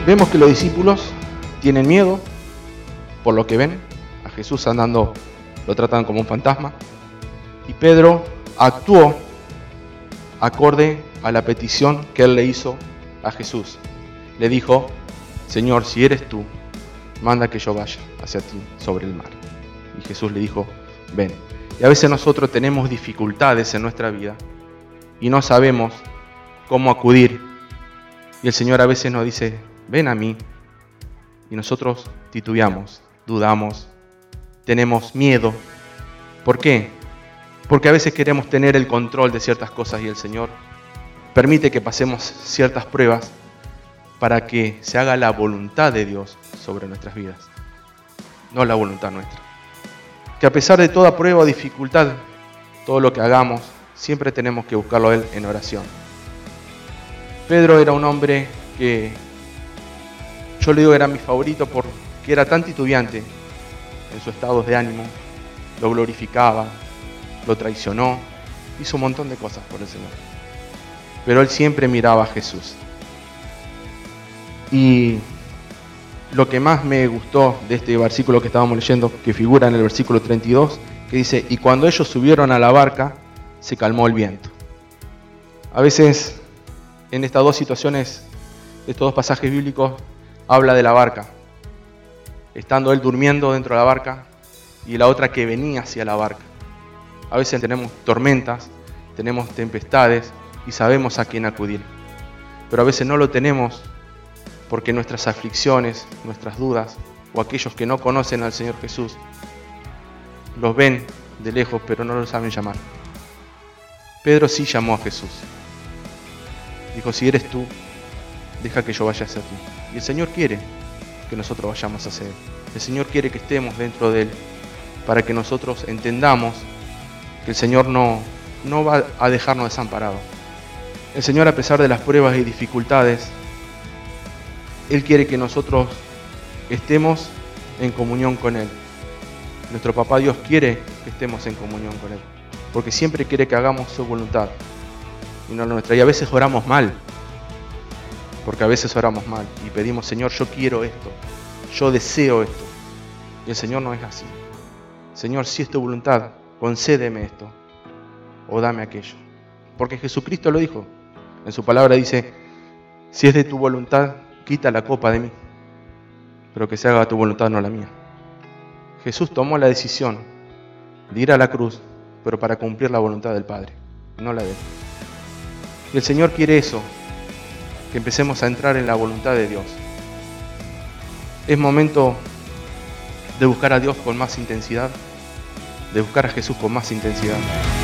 vemos que los discípulos tienen miedo por lo que ven. A Jesús andando lo tratan como un fantasma. Y Pedro actuó acorde a la petición que él le hizo a Jesús. Le dijo: Señor, si eres tú, manda que yo vaya hacia ti sobre el mar. Y Jesús le dijo: ven. Y a veces nosotros tenemos dificultades en nuestra vida y no sabemos cómo acudir. Y el Señor a veces nos dice: ven a mí. Y nosotros titubeamos, dudamos, tenemos miedo. ¿Por qué? Porque a veces queremos tener el control de ciertas cosas y el Señor permite que pasemos ciertas pruebas para que se haga la voluntad de Dios sobre nuestras vidas, no la voluntad nuestra. Que a pesar de toda prueba o dificultad, todo lo que hagamos, siempre tenemos que buscarlo a Él en oración. Pedro era un hombre que yo le digo era mi favorito porque era tan titubeante en sus estados de ánimo, lo glorificaba, lo traicionó, hizo un montón de cosas por el Señor. Pero él siempre miraba a Jesús. Y lo que más me gustó de este versículo que estábamos leyendo, que figura en el versículo 32, que dice: y cuando ellos subieron a la barca, se calmó el viento. A veces, en estas dos situaciones, estos dos pasajes bíblicos, habla de la barca. Estando él durmiendo dentro de la barca, y la otra que venía hacia la barca. A veces tenemos tormentas, tenemos tempestades, y sabemos a quién acudir. Pero a veces no lo tenemos porque nuestras aflicciones, nuestras dudas, o aquellos que no conocen al Señor Jesús, los ven de lejos, pero no lo saben llamar. Pedro sí llamó a Jesús. Dijo: si eres tú, deja que yo vaya hacia ti. Y el Señor quiere que nosotros vayamos hacia Él. El Señor quiere que estemos dentro de Él, para que nosotros entendamos que el Señor no va a dejarnos desamparados. El Señor, a pesar de las pruebas y dificultades, Él quiere que nosotros estemos en comunión con Él. Nuestro Papá Dios quiere que estemos en comunión con Él, porque siempre quiere que hagamos su voluntad y no la nuestra. Y a veces oramos mal, porque a veces oramos mal y pedimos: Señor, yo quiero esto, yo deseo esto. Y el Señor no es así. Señor, si es tu voluntad, concédeme esto o dame aquello. Porque Jesucristo lo dijo. En su palabra dice: si es de tu voluntad, quita la copa de mí, pero que se haga tu voluntad, no la mía. Jesús tomó la decisión de ir a la cruz, pero para cumplir la voluntad del Padre, no la de Él. Y el Señor quiere eso, que empecemos a entrar en la voluntad de Dios. Es momento de buscar a Dios con más intensidad, de buscar a Jesús con más intensidad.